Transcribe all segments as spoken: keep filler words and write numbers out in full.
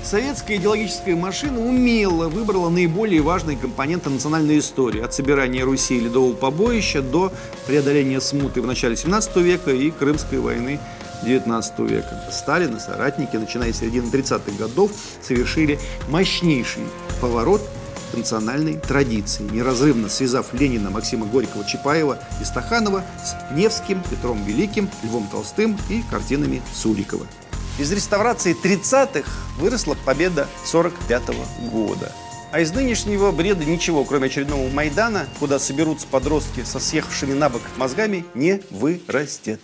Советская идеологическая машина умело выбрала наиболее важные компоненты национальной истории. От собирания Руси и ледового побоища до преодоления смуты в начале семнадцатого века и Крымской войны девятнадцатого века. Сталин и соратники, начиная с середины тридцатых годов, совершили мощнейший поворот к национальной традиции, неразрывно связав Ленина, Максима Горького, Чапаева и Стаханова с Невским, Петром Великим, Львом Толстым и картинами Сурикова. Из реставрации тридцатых выросла победа сорок пятого года. А из нынешнего бреда ничего, кроме очередного Майдана, куда соберутся подростки со съехавшими на бок мозгами, не вырастет.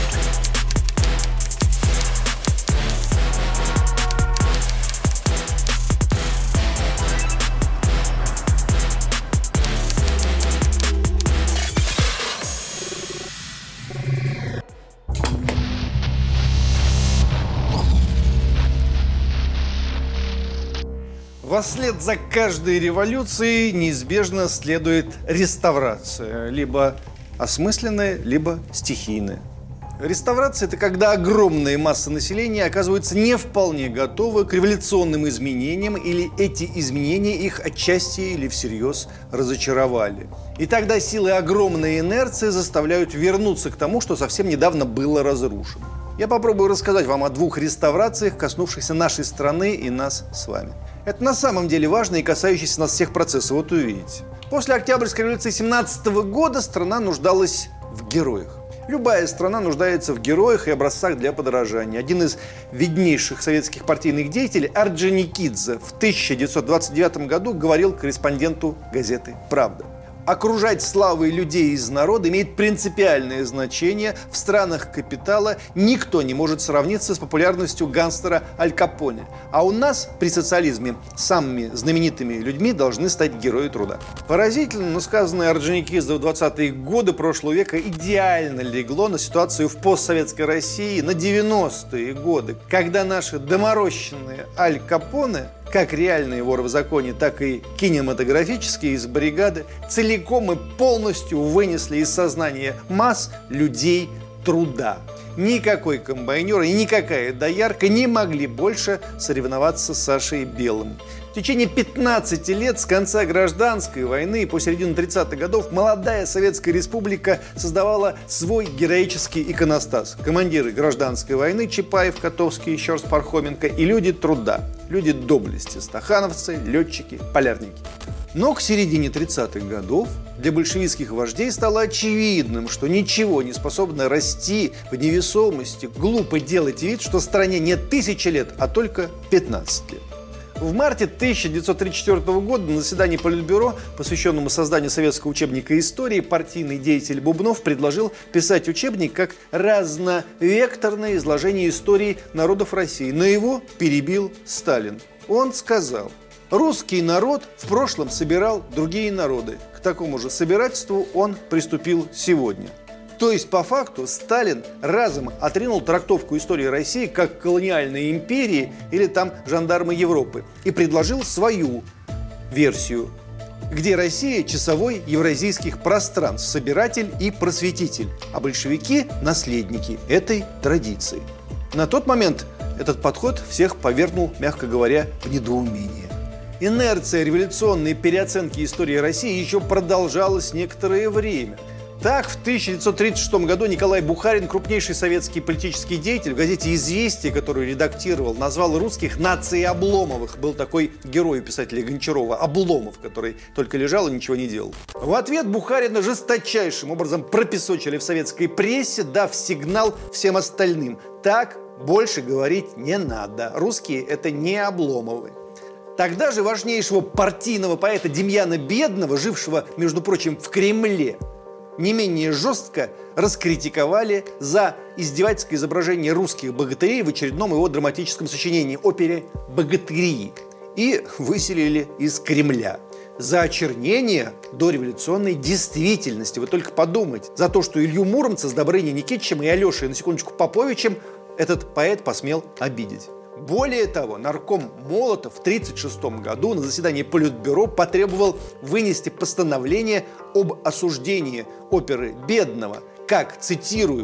Вслед за каждой революцией неизбежно следует реставрация, либо осмысленная, либо стихийная. Реставрация – это когда огромная масса населения оказывается не вполне готова к революционным изменениям, или эти изменения их отчасти или всерьез разочаровали. И тогда силы огромной инерции заставляют вернуться к тому, что совсем недавно было разрушено. Я попробую рассказать вам о двух реставрациях, коснувшихся нашей страны и нас с вами. Это на самом деле важно и касающийся нас всех процессов. Вот увидите. После Октябрьской революции семнадцатого года страна нуждалась в героях. Любая страна нуждается в героях и образцах для подражания. Один из виднейших советских партийных деятелей, Орджоникидзе, в тысяча девятьсот двадцать девятом году говорил корреспонденту газеты «Правда». Окружать славой людей из народа имеет принципиальное значение. В странах капитала никто не может сравниться с популярностью гангстера Аль Капоне. А у нас при социализме самыми знаменитыми людьми должны стать герои труда. Поразительно, но сказанное Орджоникидзе в двадцатые годы прошлого века идеально легло на ситуацию в постсоветской России на девяностые годы, когда наши доморощенные Аль Капоне, как реальные воры в законе, так и кинематографические из бригады, целиком и полностью вынесли из сознания масс людей труда. Никакой комбайнер и никакая доярка не могли больше соревноваться с Сашей Белым. В течение пятнадцати лет с конца гражданской войны и по середину тридцатых годов молодая Советская Республика создавала свой героический иконостас. Командиры гражданской войны Чапаев, Котовский, еще раз Пархоменко и люди труда, люди доблести, стахановцы, летчики, полярники. Но к середине тридцатых годов для большевистских вождей стало очевидным, что ничего не способно расти в невесомости. Глупо делать вид, что стране не тысячи лет, а только пятнадцать лет. В марте тысяча девятьсот тридцать четвёртого года на заседании Политбюро, посвященному созданию советского учебника истории, партийный деятель Бубнов предложил писать учебник как разновекторное изложение истории народов России. Но его перебил Сталин. Он сказал: русский народ в прошлом собирал другие народы. К такому же собирательству он приступил сегодня. То есть, по факту, Сталин разом отринул трактовку истории России как колониальной империи или там жандармы Европы и предложил свою версию, где Россия – часовой евразийских пространств, собиратель и просветитель, а большевики – наследники этой традиции. На тот момент этот подход всех повергнул, мягко говоря, в недоумение. Инерция революционной переоценки истории России еще продолжалась некоторое время. Так, в тысяча девятьсот тридцать шестом году Николай Бухарин, крупнейший советский политический деятель, в газете «Известия», которую редактировал, назвал русских нацией Обломовых. Был такой герой у писателя Гончарова – Обломов, который только лежал и ничего не делал. В ответ Бухарина жесточайшим образом пропесочили в советской прессе, дав сигнал всем остальным: так больше говорить не надо. Русские – это не Обломовы. Тогда же важнейшего партийного поэта Демьяна Бедного, жившего, между прочим, в Кремле, не менее жестко раскритиковали за издевательское изображение русских богатырей в очередном его драматическом сочинении – опере «Богатыри» и выселили из Кремля. За очернение дореволюционной действительности. Вы только подумайте. За то, что Илью Муромца с Добрыней Никитичем и Алешей, на секундочку, Поповичем этот поэт посмел обидеть. Более того, нарком Молотов в тысяча девятьсот тридцать шестом году на заседании Политбюро потребовал вынести постановление об осуждении оперы Бедного как, цитирую,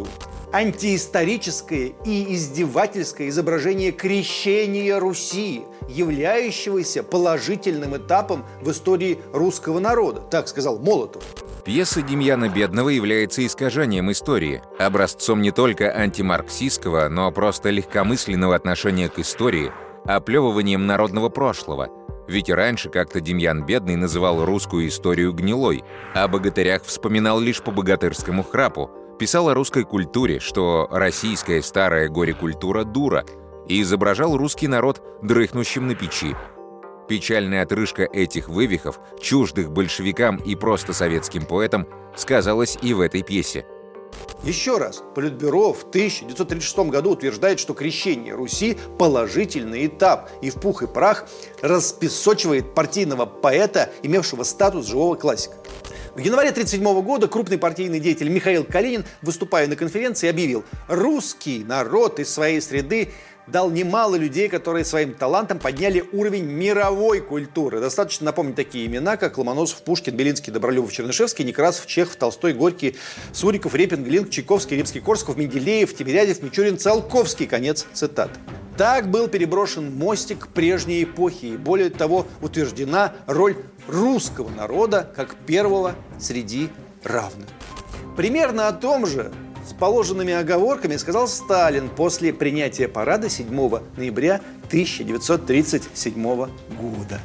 антиисторическое и издевательское изображение крещения Руси, являющегося положительным этапом в истории русского народа, так сказал Молотов. Пьеса Демьяна Бедного является искажением истории, образцом не только антимарксистского, но просто легкомысленного отношения к истории, оплевыванием народного прошлого. Ведь раньше как-то Демьян Бедный называл русскую историю гнилой, а о богатырях вспоминал лишь по богатырскому храпу, писал о русской культуре, что российская старая горе-культура дура, и изображал русский народ дрыхнущим на печи. Печальная отрыжка этих вывихов, чуждых большевикам и просто советским поэтам, сказалась и в этой пьесе. Еще раз, Политбюро в тысяча девятьсот тридцать шестом году утверждает, что крещение Руси – положительный этап, и в пух и прах распесочивает партийного поэта, имевшего статус живого классика. В январе тысяча девятьсот тридцать седьмого года крупный партийный деятель Михаил Калинин, выступая на конференции, объявил: «Русский народ из своей среды дал немало людей, которые своим талантом подняли уровень мировой культуры». Достаточно напомнить такие имена, как Ломоносов, Пушкин, Белинский, Добролюбов, Чернышевский, Некрасов, Чехов, Толстой, Горький, Суриков, Репин, Глинк, Чайковский, Римский-Корсаков, Менделеев, Тимирязев, Мичурин, Циолковский. Конец цитаты. Так был переброшен мостик прежней эпохи, и более того, утверждена роль русского народа как первого среди равных. Примерно о том же с положенными оговорками сказал Сталин после принятия парада седьмого ноября тысяча девятьсот тридцать седьмого года.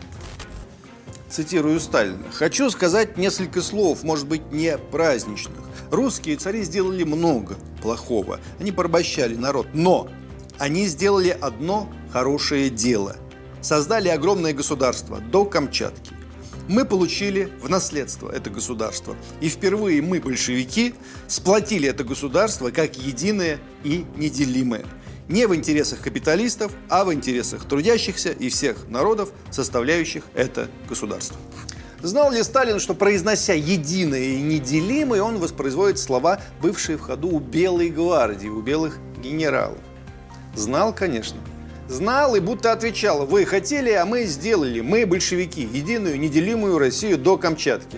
Цитирую Сталина: «Хочу сказать несколько слов, может быть, не праздничных. Русские цари сделали много плохого. Они порабощали народ. Но они сделали одно хорошее дело. Создали огромное государство до Камчатки. Мы получили в наследство это государство. И впервые мы, большевики, сплотили это государство как единое и неделимое. Не в интересах капиталистов, а в интересах трудящихся и всех народов, составляющих это государство». Знал ли Сталин, что, произнося «единое» и «неделимое», он воспроизводит слова, бывшие в ходу у Белой гвардии, у белых генералов? Знал, конечно. Знал и будто отвечал: «Вы хотели, а мы сделали, мы, большевики, единую неделимую Россию до Камчатки».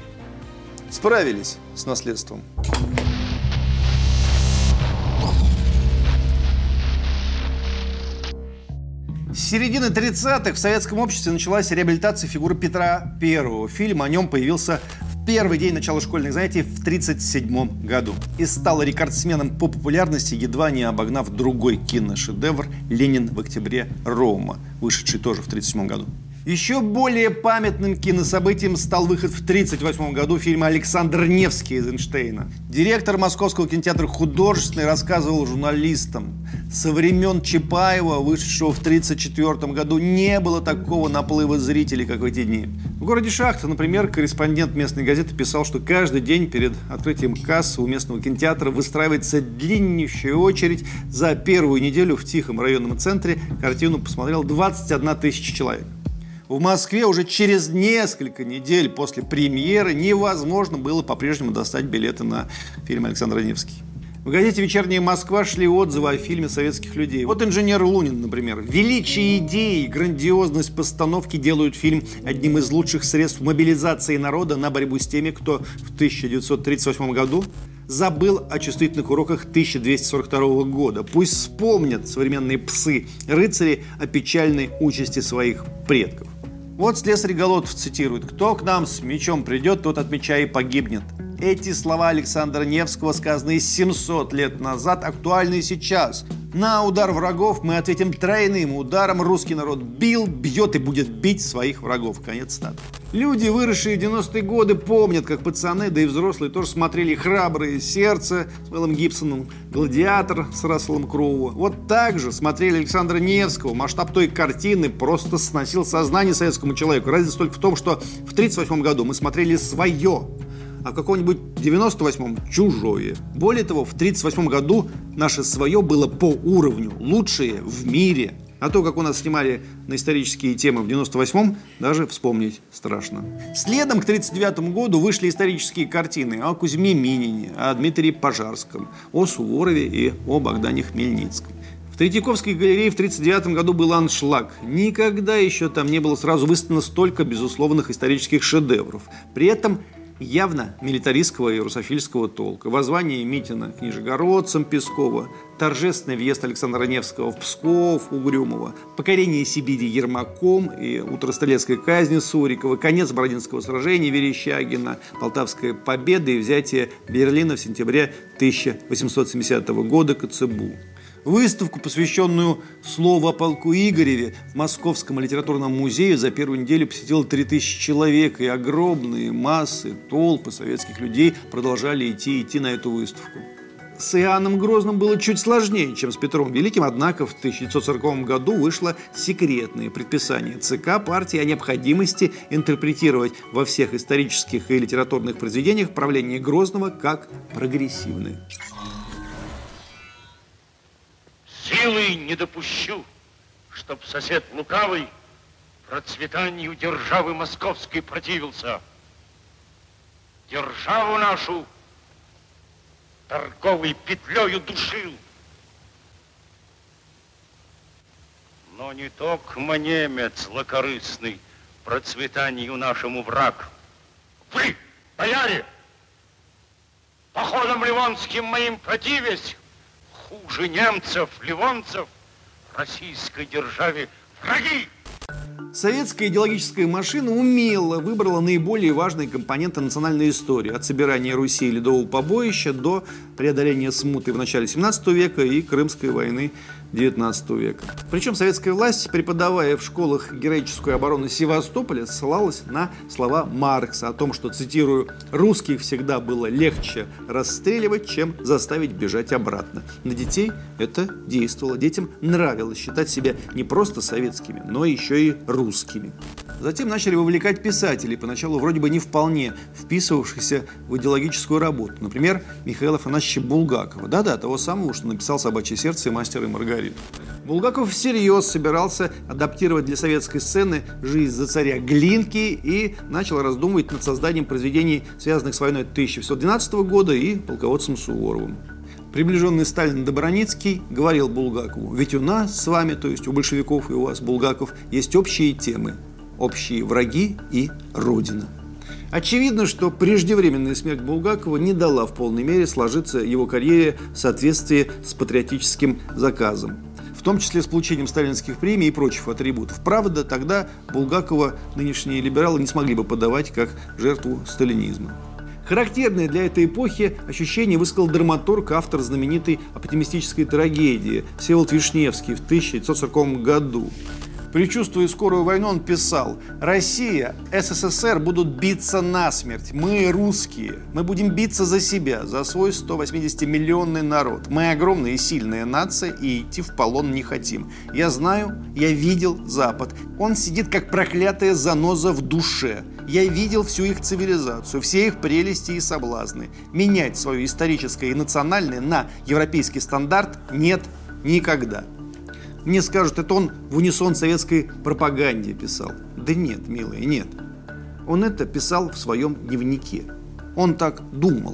Справились с наследством. С середины тридцатых в советском обществе началась реабилитация фигуры Петра Первого. Фильм о нем появился в первый день начала школьных занятий в тридцать седьмом году и стал рекордсменом по популярности, едва не обогнав другой киношедевр «Ленин в октябре Рома», вышедший тоже в тридцать седьмом году. Еще более памятным кинособытием стал выход в тридцать восьмом году фильма «Александр Невский» из Эйнштейна. Директор Московского кинотеатра «Художественный» рассказывал журналистам: со времен Чапаева, вышедшего в тридцать четвёртом году, не было такого наплыва зрителей, как в эти дни. В городе Шахта, например, корреспондент местной газеты писал, что каждый день перед открытием кассы у местного кинотеатра выстраивается длиннющая очередь. За первую неделю в тихом районном центре картину посмотрел двадцать одна тысяча человек. В Москве уже через несколько недель после премьеры невозможно было по-прежнему достать билеты на фильм «Александр Невский». В газете «Вечерняя Москва» шли отзывы о фильме советских людей. Вот инженер Лунин, например. «Величие идеи и грандиозность постановки делают фильм одним из лучших средств мобилизации народа на борьбу с теми, кто в тысяча девятьсот тридцать восьмом году забыл о чувствительных уроках тысяча двести сорок второго года. Пусть вспомнят современные псы-рыцари о печальной участи своих предков». Вот слесарь Голотов цитирует: «Кто к нам с мечом придет, тот от меча и погибнет». Эти слова Александра Невского, сказанные семьсот лет назад, актуальны и сейчас. На удар врагов мы ответим тройным ударом. Русский народ бил, бьет и будет бить своих врагов. Конец цитаты. Люди, выросшие в девяностые годы, помнят, как пацаны, да и взрослые тоже смотрели «Храброе сердце» с Мэлом Гибсоном, «Гладиатор» с Расселом Кроу. Вот так же смотрели Александра Невского. Масштаб той картины просто сносил сознание советскому человеку. Разница только в том, что в тридцать восьмом году мы смотрели свое, а в каком-нибудь девяносто восьмом чужое. Более того, в тридцать восьмом году наше свое было по уровню лучшее в мире. А то, как у нас снимали на исторические темы в девяносто восьмом, даже вспомнить страшно. Следом к тридцать девятому году вышли исторические картины о Кузьме Минине, о Дмитрии Пожарском, о Суворове и о Богдане Хмельницком. В Третьяковской галерее в тридцать девятом году был аншлаг. Никогда еще там не было сразу выставлено столько безусловных исторических шедевров. При этом явно милитаристского и русофильского толка. Воззвание Митина к нижегородцам Пескова, торжественный въезд Александра Невского в Псков Угрюмова, покорение Сибири Ермаком и утрострелецкая казнь Сурикова, конец Бородинского сражения Верещагина, Полтавская победа и взятие Берлина в сентябре тысяча восемьсот семидесятого года Коцебу. Выставку, посвященную слову о полку Игореве, в Московском литературном музее за первую неделю посетило три тысячи человек, и огромные массы, толпы советских людей продолжали идти и идти на эту выставку. С Иоанном Грозным было чуть сложнее, чем с Петром Великим, однако в тысяча девятьсот сороковом году вышло секретное предписание ЦК партии о необходимости интерпретировать во всех исторических и литературных произведениях правление Грозного как прогрессивное. Силой не допущу, чтоб сосед лукавый процветанию державы московской противился. Державу нашу торговой петлею душил. Но не только немец злокорыстный процветанию нашему враг. Вы, бояре, походом ливонским моим противясь, хуже немцев, ливонцев, российской державе враги. Советская идеологическая машина умело выбрала наиболее важные компоненты национальной истории, от собирания Руси ледового побоища до преодоления смуты в начале семнадцатого века и Крымской войны девятнадцатого века. Причем советская власть, преподавая в школах героическую оборону Севастополя, ссылалась на слова Маркса о том, что, цитирую, «русских всегда было легче расстреливать, чем заставить бежать обратно». На детей это действовало. Детям нравилось считать себя не просто советскими, но еще и русскими. Затем начали вовлекать писателей, поначалу вроде бы не вполне вписывавшихся в идеологическую работу. Например, Михаила Афанасьевича Булгакова. Да-да, того самого, что написал «Собачье сердце» и «Мастера и Маргариту». Булгаков всерьез собирался адаптировать для советской сцены жизнь за царя Глинки и начал раздумывать над созданием произведений, связанных с войной тысяча девятьсот двенадцатого года и полководцем Суворовым. Приближенный Сталин Добраницкий говорил Булгакову: «Ведь у нас с вами, то есть у большевиков и у вас, Булгаков, есть общие темы. Общие враги и Родина». Очевидно, что преждевременная смерть Булгакова не дала в полной мере сложиться его карьере в соответствии с патриотическим заказом, в том числе с получением сталинских премий и прочих атрибутов. Правда, тогда Булгакова нынешние либералы не смогли бы подавать как жертву сталинизма. Характерное для этой эпохи ощущение высказал драматург, автор знаменитой оптимистической трагедии Всеволод Вишневский в тысяча девятьсот сороковом году. Предчувствуя скорую войну, он писал: «Россия, СССР будут биться насмерть. Мы, русские, мы будем биться за себя, за свой сто восьмидесятимиллионный народ. Мы огромная и сильная нация, и идти в полон не хотим. Я знаю, я видел Запад. Он сидит, как проклятая заноза в душе. Я видел всю их цивилизацию, все их прелести и соблазны. Менять свое историческое и национальное на европейский стандарт нет никогда». Мне скажут, это он в унисон советской пропаганде писал. Да нет, милые, нет. Он это писал в своем дневнике. Он так думал.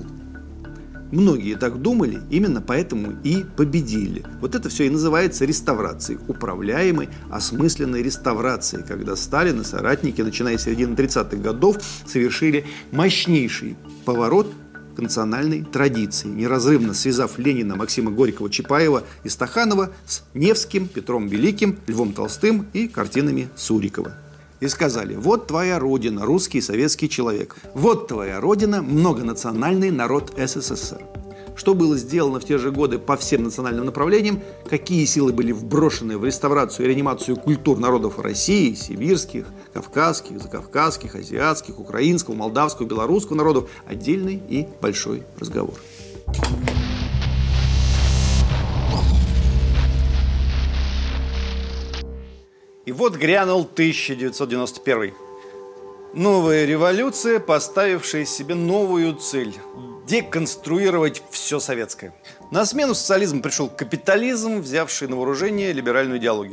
Многие так думали, именно поэтому и победили. Вот это все и называется реставрацией. Управляемой, осмысленной реставрацией, когда Сталин и соратники, начиная с середины тридцатых годов, совершили мощнейший поворот к национальной традиции, неразрывно связав Ленина, Максима Горького, Чапаева и Стаханова с Невским, Петром Великим, Львом Толстым и картинами Сурикова. И сказали: вот твоя родина, русский и советский человек. Вот твоя родина, многонациональный народ СССР. Что было сделано в те же годы по всем национальным направлениям, какие силы были вброшены в реставрацию и реанимацию культур народов России, сибирских, кавказских, закавказских, азиатских, украинского, молдавского, белорусского народов – отдельный и большой разговор. И вот грянул тысяча девятьсот девяносто первый. Новая революция, поставившая себе новую цель – деконструировать все советское. На смену социализму пришел капитализм, взявший на вооружение либеральную идеологию.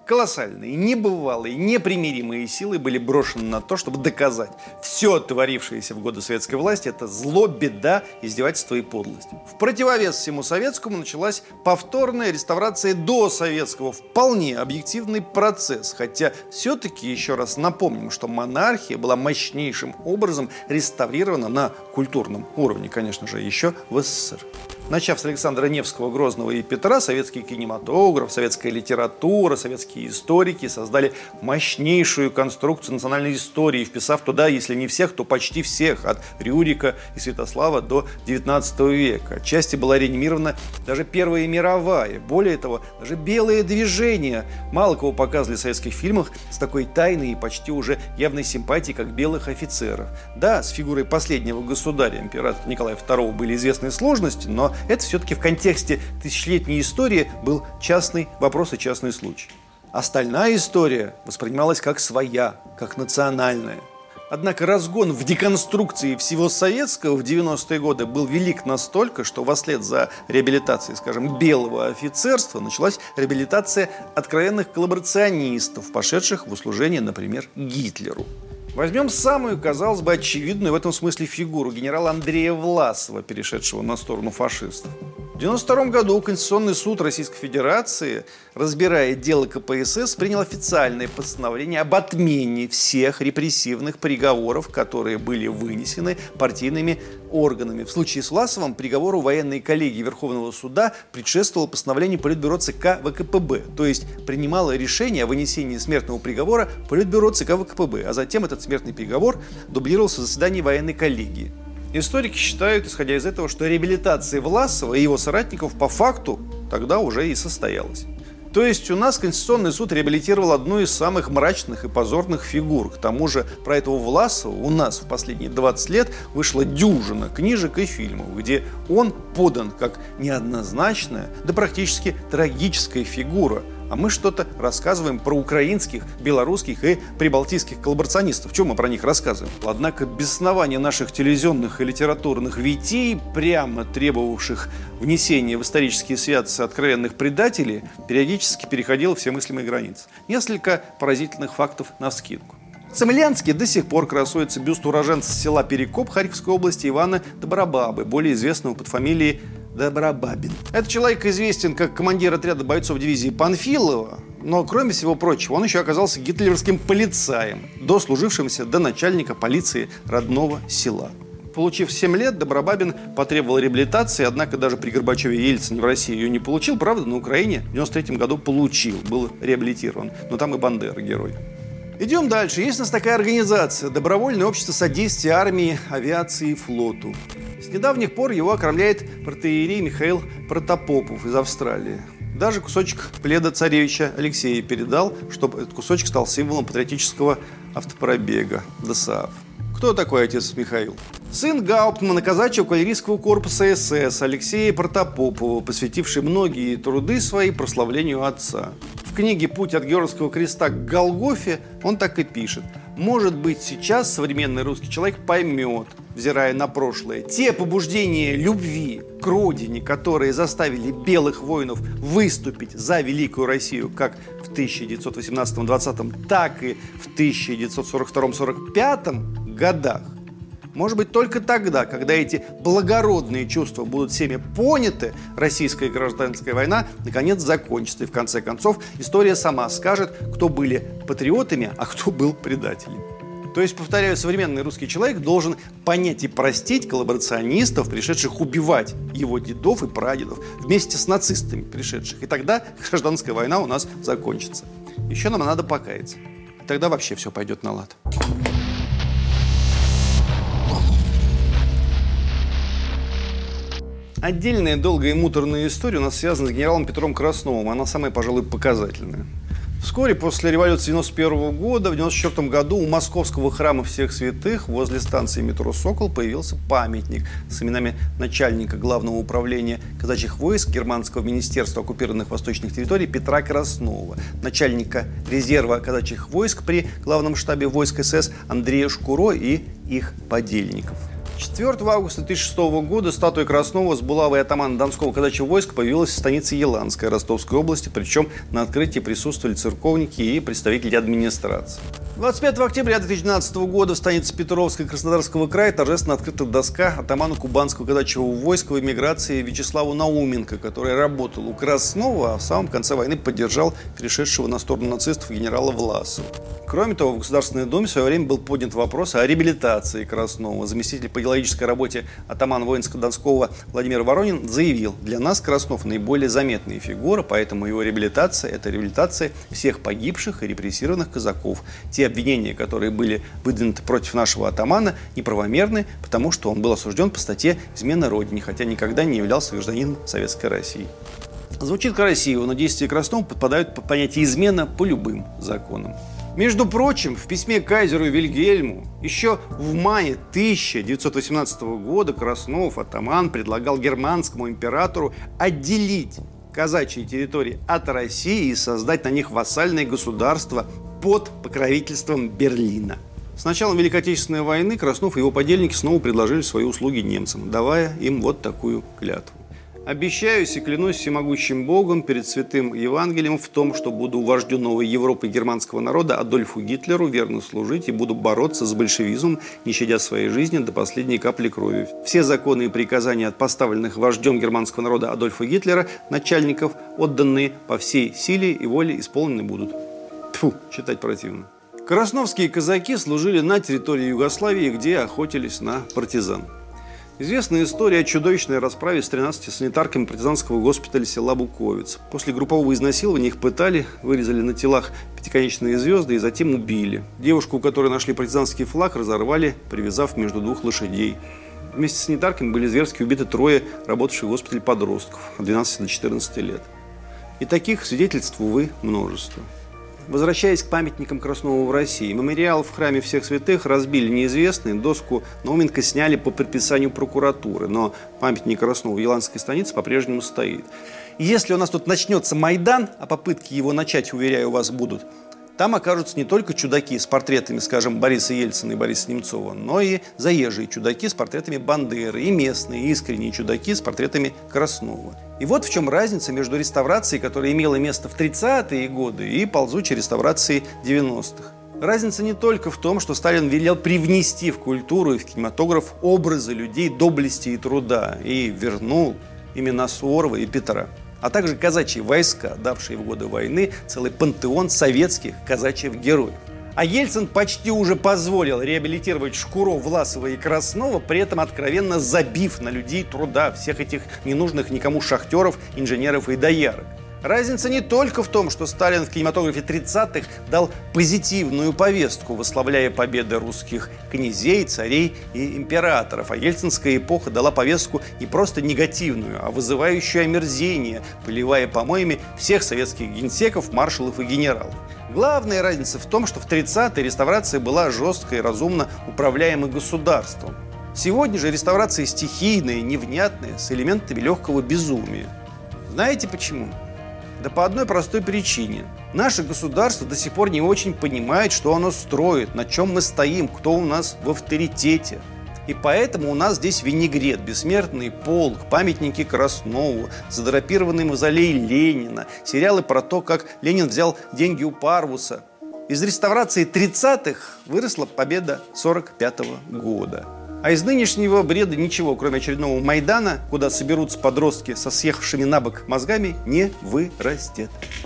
Колоссальные, небывалые, непримиримые силы были брошены на то, чтобы доказать, все творившееся в годы советской власти – это зло, беда, издевательство и подлость. В противовес всему советскому началась повторная реставрация досоветского, вполне объективный процесс. Хотя все-таки, еще раз напомним, что монархия была мощнейшим образом реставрирована на культурном уровне, конечно же, еще в СССР. Начав с Александра Невского, Грозного и Петра, советский кинематограф, советская литература, советские историки создали мощнейшую конструкцию национальной истории, вписав туда, если не всех, то почти всех, от Рюрика и Святослава до девятнадцатого века. Отчасти была реанимирована даже Первая мировая. Более того, даже белые движения мало кого показывали в советских фильмах с такой тайной и почти уже явной симпатией, как белых офицеров. Да, с фигурой последнего государя, императора Николая второго, были известные сложности, но это все-таки в контексте тысячелетней истории был частный вопрос и частный случай. Остальная история воспринималась как своя, как национальная. Однако разгон в деконструкции всего советского в девяностые годы был велик настолько, что вслед за реабилитацией, скажем, белого офицерства началась реабилитация откровенных коллаборационистов, пошедших в услужение, например, Гитлеру. Возьмем самую, казалось бы, очевидную в этом смысле фигуру генерала Андрея Власова, перешедшего на сторону фашистов. В девяносто втором году Конституционный суд Российской Федерации, разбирая дело ка пэ эс эс, принял официальное постановление об отмене всех репрессивных приговоров, которые были вынесены партийными органами. В случае с Власовым приговору военной коллегии Верховного суда предшествовало постановление Политбюро ЦК вэ ка пэ бэ, то есть принимало решение о вынесении смертного приговора Политбюро ЦК вэ ка пэ бэ, а затем этот смертный приговор дублировался в заседании военной коллегии. Историки считают, исходя из этого, что реабилитация Власова и его соратников по факту тогда уже и состоялась. То есть у нас Конституционный суд реабилитировал одну из самых мрачных и позорных фигур. К тому же про этого Власова у нас в последние двадцать лет вышла дюжина книжек и фильмов, где он подан как неоднозначная, да практически трагическая фигура. А мы что-то рассказываем про украинских, белорусских и прибалтийских коллаборационистов. Чем мы про них рассказываем? Однако беснование наших телевизионных и литературных витий, прямо требовавших внесения в исторические святцы откровенных предателей, периодически переходило все мыслимые границы. Несколько поразительных фактов навскидку. В Цемлянске до сих пор красуется бюст уроженца села Перекоп Харьковской области Ивана Добробабы, более известного под фамилией Добробабин. Этот человек известен как командир отряда бойцов дивизии Панфилова, но, кроме всего прочего, он еще оказался гитлеровским полицаем, дослужившимся до начальника полиции родного села. Получив семь лет, Добробабин потребовал реабилитации, однако даже при Горбачеве и Ельцине в России ее не получил. Правда, на Украине в девяносто третьем году получил, был реабилитирован. Но там и Бандера герой. Идем дальше. Есть у нас такая организация – Добровольное общество содействия армии, авиации и флоту. С недавних пор его окормляет протоиерей Михаил Протопопов из Австралии. Даже кусочек пледа царевича Алексея передал, чтобы этот кусочек стал символом патриотического автопробега ДОСААФ. Кто такой отец Михаил? Сын гауптмана казачьего кавалерийского корпуса эс эс Алексея Протопопова, посвятивший многие труды свои прославлению отца. В книге «Путь от Георгиевского креста к Голгофе» он так и пишет. Может быть, сейчас современный русский человек поймет, взирая на прошлое, те побуждения любви к родине, которые заставили белых воинов выступить за великую Россию как в тысяча девятьсот восемнадцатом — двадцатом, так и в тысяча девятьсот сорок втором — сорок пятом годах. Может быть, только тогда, когда эти благородные чувства будут всеми поняты, российская гражданская война наконец закончится. И в конце концов история сама скажет, кто были патриотами, а кто был предателем. То есть, повторяю, современный русский человек должен понять и простить коллаборационистов, пришедших убивать его дедов и прадедов, вместе с нацистами пришедших. И тогда гражданская война у нас закончится. Еще нам надо покаяться. И тогда вообще все пойдет на лад. Отдельная долгая и муторная история у нас связана с генералом Петром Красновым. Она самая, пожалуй, показательная. Вскоре после революции девяносто первого года, в девяносто четвёртом году у Московского храма всех святых возле станции метро «Сокол» появился памятник с именами начальника Главного управления казачьих войск Германского министерства оккупированных восточных территорий Петра Краснова, начальника резерва казачьих войск при Главном штабе войск эс эс Андрея Шкуро и их подельников. четвёртого августа тысяча девятьсот шестого года статуя Краснова с булавой атамана Донского казачьего войска появилась в станице Еланской Ростовской области, причем на открытии присутствовали церковники и представители администрации. двадцать пятого октября две тысячи двенадцатого года в станице Петровской Краснодарского края торжественно открыта доска атаману Кубанского казачьего войска в эмиграции Вячеславу Науменко, который работал у Краснова, а в самом конце войны поддержал перешедшего на сторону нацистов генерала Власова. Кроме того, в Государственной Думе в свое время был поднят вопрос о реабилитации Краснова. Заместитель по идеологической работе атамана воинско-донского Владимир Воронин заявил: для нас Краснов наиболее заметная фигура, поэтому его реабилитация – это реабилитация всех погибших и репрессированных казаков. Те обвинения, которые были выдвинуты против нашего атамана, неправомерны, потому что он был осужден по статье «Измена Родине», хотя никогда не являлся гражданином Советской России. Звучит красиво, но действия Краснова подпадают под понятие «измена» по любым законам. Между прочим, в письме кайзеру Вильгельму еще в мае тысяча девятьсот восемнадцатого года Краснов, атаман, предлагал германскому императору отделить казачьи территории от России и создать на них вассальное государство под покровительством Берлина. С началом Великой Отечественной войны Краснов и его подельники снова предложили свои услуги немцам, давая им вот такую клятву. «Обещаюсь и клянусь всемогущим Богом перед святым Евангелием в том, что буду вождю новой Европы и германского народа Адольфу Гитлеру верно служить и буду бороться с большевизмом, не щадя своей жизни до последней капли крови. Все законы и приказания от поставленных вождем германского народа Адольфа Гитлера, начальников, отданные по всей силе и воле, исполнены будут». Тьфу, читать противно. Красновские казаки служили на территории Югославии, где охотились на партизан. Известна история о чудовищной расправе с тринадцатью санитарками партизанского госпиталя села Буковиц. После группового изнасилования их пытали, вырезали на телах пятиконечные звезды и затем убили. Девушку, у которой нашли партизанский флаг, разорвали, привязав между двух лошадей. Вместе с санитарками были зверски убиты трое работавших в госпитале подростков от двенадцати до четырнадцати лет. И таких свидетельств, увы, множество. Возвращаясь к памятникам Краснову в России, мемориал в храме всех святых разбили неизвестные, доску Науменко сняли по предписанию прокуратуры, но памятник Краснову в Еланской станице по-прежнему стоит. И если у нас тут начнется Майдан, а попытки его начать, уверяю вас, будут, там окажутся не только чудаки с портретами, скажем, Бориса Ельцина и Бориса Немцова, но и заезжие чудаки с портретами Бандеры, и местные искренние чудаки с портретами Краснова. И вот в чем разница между реставрацией, которая имела место в тридцатые годы, и ползучей реставрацией девяностых. Разница не только в том, что Сталин велел привнести в культуру и в кинематограф образы людей доблести и труда, и вернул имена Суворова и Петра, а также казачьи войска, давшие в годы войны целый пантеон советских казачьих героев. А Ельцин почти уже позволил реабилитировать Шкуро, Власова и Краснова, при этом откровенно забив на людей труда, всех этих ненужных никому шахтеров, инженеров и доярок. Разница не только в том, что Сталин в кинематографе тридцатых дал позитивную повестку, восславляя победы русских князей, царей и императоров, а ельцинская эпоха дала повестку не просто негативную, а вызывающую омерзение, поливая помоями всех советских генсеков, маршалов и генералов. Главная разница в том, что в тридцатые реставрация была жесткой и разумно управляемой государством. Сегодня же реставрация стихийная, невнятная, с элементами легкого безумия. Знаете почему? Да по одной простой причине. Наше государство до сих пор не очень понимает, что оно строит, на чем мы стоим, кто у нас в авторитете. И поэтому у нас здесь винегрет, бессмертный полк, памятники Краснову, задрапированный мавзолей Ленина, сериалы про то, как Ленин взял деньги у Парвуса. Из реставрации тридцатых выросла победа сорок пятого года. А из нынешнего бреда ничего, кроме очередного Майдана, куда соберутся подростки со съехавшими на бок мозгами, не вырастет.